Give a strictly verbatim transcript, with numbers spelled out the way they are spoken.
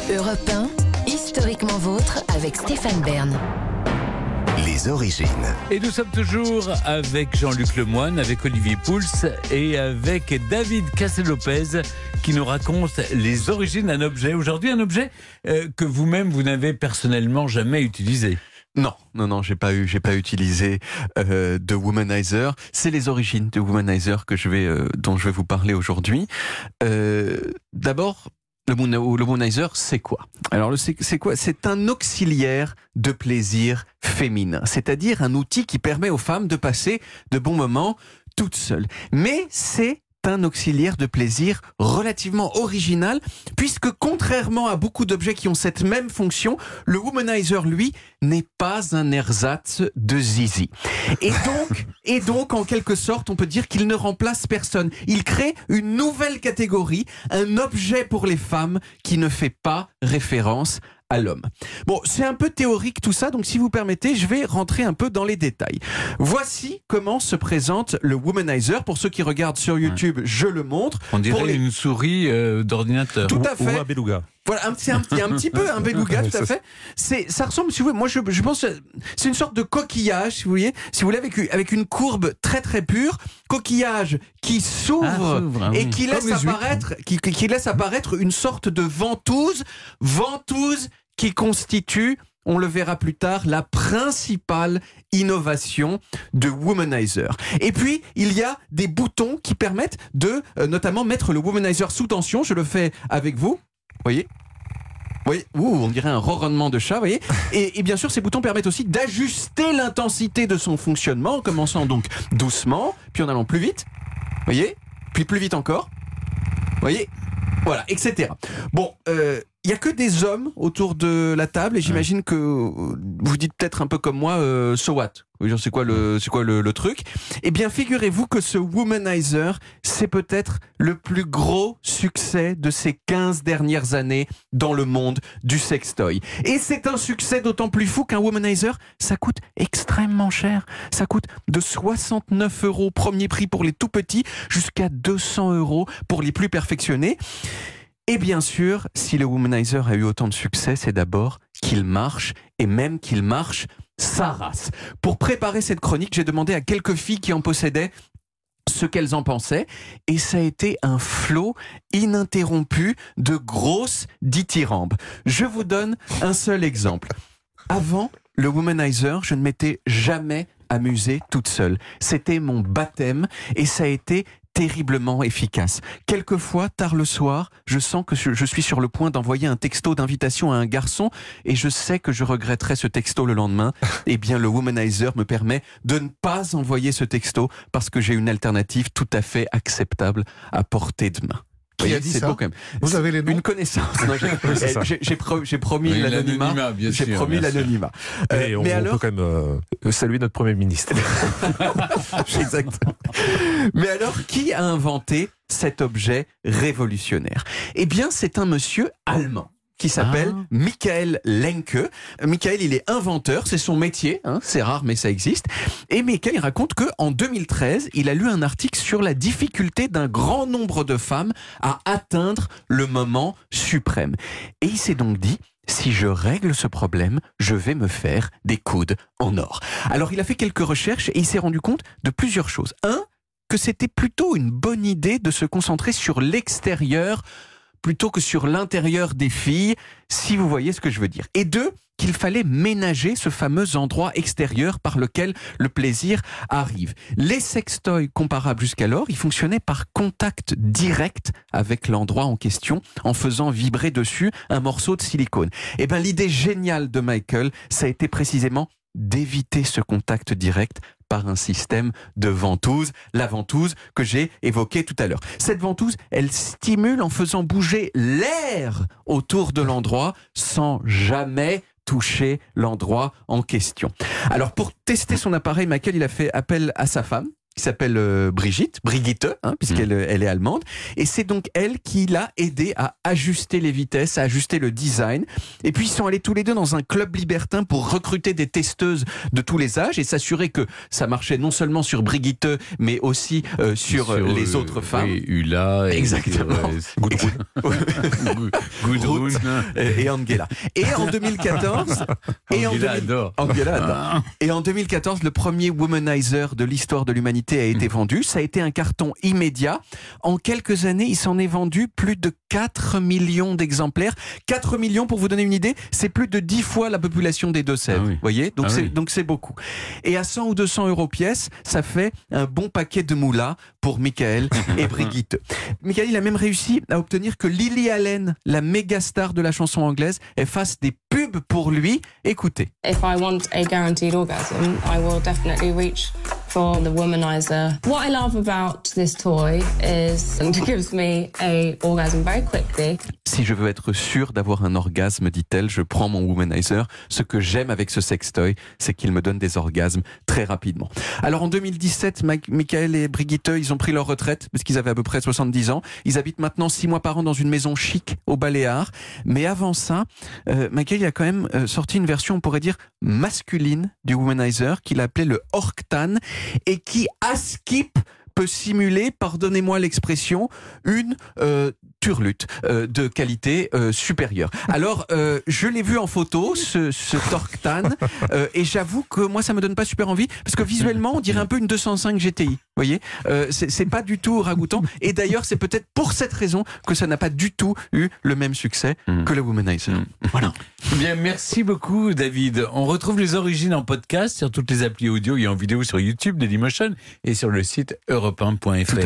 Europe un, historiquement vôtre avec Stéphane Bern. Les origines. Et nous sommes toujours avec Jean-Luc Lemoyne, avec Olivier Pouls et avec David Cassel-Lopez qui nous raconte les origines d'un objet. Aujourd'hui, un objet euh, que vous-même, vous n'avez personnellement jamais utilisé. Non, non, non, j'ai pas eu, j'ai pas utilisé euh, de womanizer. C'est les origines de womanizer que je vais, euh, dont je vais vous parler aujourd'hui. Euh, d'abord, le, le womanizer, c'est quoi? Alors, le, c'est, c'est quoi? C'est un auxiliaire de plaisir féminin, c'est-à-dire un outil qui permet aux femmes de passer de bons moments toutes seules. Mais c'est un auxiliaire de plaisir relativement original, puisque contrairement à beaucoup d'objets qui ont cette même fonction, le womanizer, lui, n'est pas un ersatz de zizi. Et donc, et donc, en quelque sorte, on peut dire qu'il ne remplace personne. Il crée une nouvelle catégorie, un objet pour les femmes qui ne fait pas référence à l'homme. Bon, c'est un peu théorique tout ça, donc si vous permettez, je vais rentrer un peu dans les détails. Voici comment se présente le womanizer. Pour ceux qui regardent sur YouTube, ouais. Je le montre. On dirait Pour les... une souris euh, d'ordinateur. Tout à fait. Ou un beluga. Voilà, c'est un, un, un petit peu un beluga, tout à fait. C'est, ça ressemble, si vous voulez, moi je, je pense, c'est une sorte de coquillage, si vous voyez, si vous voulez, avec, avec une courbe très très pure, coquillage qui s'ouvre ah, et oui. qui laisse apparaître, qui, qui laisse apparaître une sorte de ventouse, ventouse qui constitue, on le verra plus tard, la principale innovation de womanizer. Et puis, il y a des boutons qui permettent de, euh, notamment, mettre le womanizer sous tension. Je le fais avec vous. Vous voyez ? Vous voyez ? Ouh, on dirait un ronronnement de chat, vous voyez ? Et, et bien sûr, ces boutons permettent aussi d'ajuster l'intensité de son fonctionnement, en commençant donc doucement, puis en allant plus vite. Vous voyez ? Puis plus vite encore. Vous voyez ? Voilà, et cetera. Bon, euh, il n'y a que des hommes autour de la table, et j'imagine que vous dites peut-être un peu comme moi, euh, so what ? C'est quoi le, c'est quoi le, le truc ? Eh bien, figurez-vous que ce womanizer, c'est peut-être le plus gros succès de ces quinze dernières années dans le monde du sextoy. Et c'est un succès d'autant plus fou qu'un womanizer, ça coûte extrêmement cher. Ça coûte de soixante-neuf euros premier prix pour les tout petits, jusqu'à deux cents euros pour les plus perfectionnés. Et bien sûr, si le womanizer a eu autant de succès, c'est d'abord qu'il marche, et même qu'il marche sa race. Pour préparer cette chronique, j'ai demandé à quelques filles qui en possédaient ce qu'elles en pensaient, et ça a été un flot ininterrompu de grosses dithyrambes. Je vous donne un seul exemple. Avant le womanizer, je ne m'étais jamais amusée toute seule. C'était mon baptême, et ça a été terriblement efficace. Quelquefois, tard le soir, je sens que je suis sur le point d'envoyer un texto d'invitation à un garçon et je sais que je regretterai ce texto le lendemain. Eh bien, le womanizer me permet de ne pas envoyer ce texto parce que j'ai une alternative tout à fait acceptable à portée de main. Qui voyez, a dit c'est ça? beau quand même. Vous avez les noms? Une connaissance. Non, j'ai, oui, c'est ça. j'ai, j'ai, pro, j'ai promis oui, l'anonymat. l'anonymat bien j'ai sûr, promis bien l'anonymat. Euh, euh, on, mais on alors, peut quand même euh, saluer notre Premier ministre. Exactement. Mais alors, qui a inventé cet objet révolutionnaire ? Eh bien, c'est un monsieur allemand qui s'appelle ah. Michael Lenke. Michael, il est inventeur, c'est son métier, hein, c'est rare mais ça existe. Et Michael, il raconte qu'en deux mille treize, il a lu un article sur la difficulté d'un grand nombre de femmes à atteindre le moment suprême. Et il s'est donc dit, si je règle ce problème, je vais me faire des coudes en or. Alors il a fait quelques recherches et il s'est rendu compte de plusieurs choses. Un, que c'était plutôt une bonne idée de se concentrer sur l'extérieur plutôt que sur l'intérieur des filles, si vous voyez ce que je veux dire. Et deux, qu'il fallait ménager ce fameux endroit extérieur par lequel le plaisir arrive. Les sextoys comparables jusqu'alors, ils fonctionnaient par contact direct avec l'endroit en question, en faisant vibrer dessus un morceau de silicone. Et bien, l'idée géniale de Michael, ça a été précisément d'éviter ce contact direct par un système de ventouse, la ventouse que j'ai évoquée tout à l'heure. Cette ventouse, elle stimule en faisant bouger l'air autour de l'endroit sans jamais toucher l'endroit en question. Alors pour tester son appareil, Michael, il a fait appel à sa femme, qui s'appelle euh, Brigitte, Brigitte, hein, puisqu'elle mmh. elle est allemande. Et c'est donc elle qui l'a aidé à ajuster les vitesses, à ajuster le design. Et puis ils sont allés tous les deux dans un club libertin pour recruter des testeuses de tous les âges et s'assurer que ça marchait non seulement sur Brigitte, mais aussi euh, sur, sur les euh, autres femmes. Oui, Ulla. Et exactement. Gudrun. Gudrun. Et Angela. Et en deux mille quatorze... et Angela en deux mille... adore. Angela adore. Et en deux mille quatorze, le premier womanizer de l'histoire de l'humanité a été vendu. Ça a été un carton immédiat. En quelques années, il s'en est vendu plus de quatre millions d'exemplaires. quatre millions, pour vous donner une idée, c'est plus de dix fois la population des Deux-Sèvres. Ah oui. Vous voyez, donc, ah c'est, oui. donc c'est beaucoup. Et à cent ou deux cents euros pièce, ça fait un bon paquet de moulas pour Michael et Brigitte. Michael, il a même réussi à obtenir que Lily Allen, la méga star de la chanson anglaise, elle fasse des pubs pour lui. Écoutez. If I want a guaranteed orgasm, I will definitely reach for the womanizer. What I love about this toy is it gives me a orgasm very quickly. Si je veux être sûr d'avoir un orgasme, dit-elle, je prends mon womanizer. Ce que j'aime avec ce sextoy, c'est qu'il me donne des orgasmes très rapidement. Alors en deux mille dix-sept, Michael et Brigitte, ils ont pris leur retraite parce qu'ils avaient à peu près soixante-dix ans. Ils habitent maintenant six mois par an dans une maison chic au Baléares. Mais avant ça, euh, Michael a quand même euh, sorti une version, on pourrait dire, masculine du womanizer qu'il appelait le Orktan et qui, à skip, peut simuler, pardonnez-moi l'expression, une euh, turlute euh, de qualité euh, supérieure. Alors, euh, je l'ai vu en photo, ce, ce Orktan, euh, et j'avoue que moi, ça me donne pas super envie, parce que visuellement, on dirait un peu une deux cent cinq G T I. Vous voyez, euh, c'est, c'est pas du tout ragoûtant. Et d'ailleurs, c'est peut-être pour cette raison que ça n'a pas du tout eu le même succès mmh. que le womanizer. Mmh. Voilà. Bien, merci beaucoup, David. On retrouve les origines en podcast sur toutes les applis audio et en vidéo sur YouTube, Dailymotion, et sur le site europe un point f r.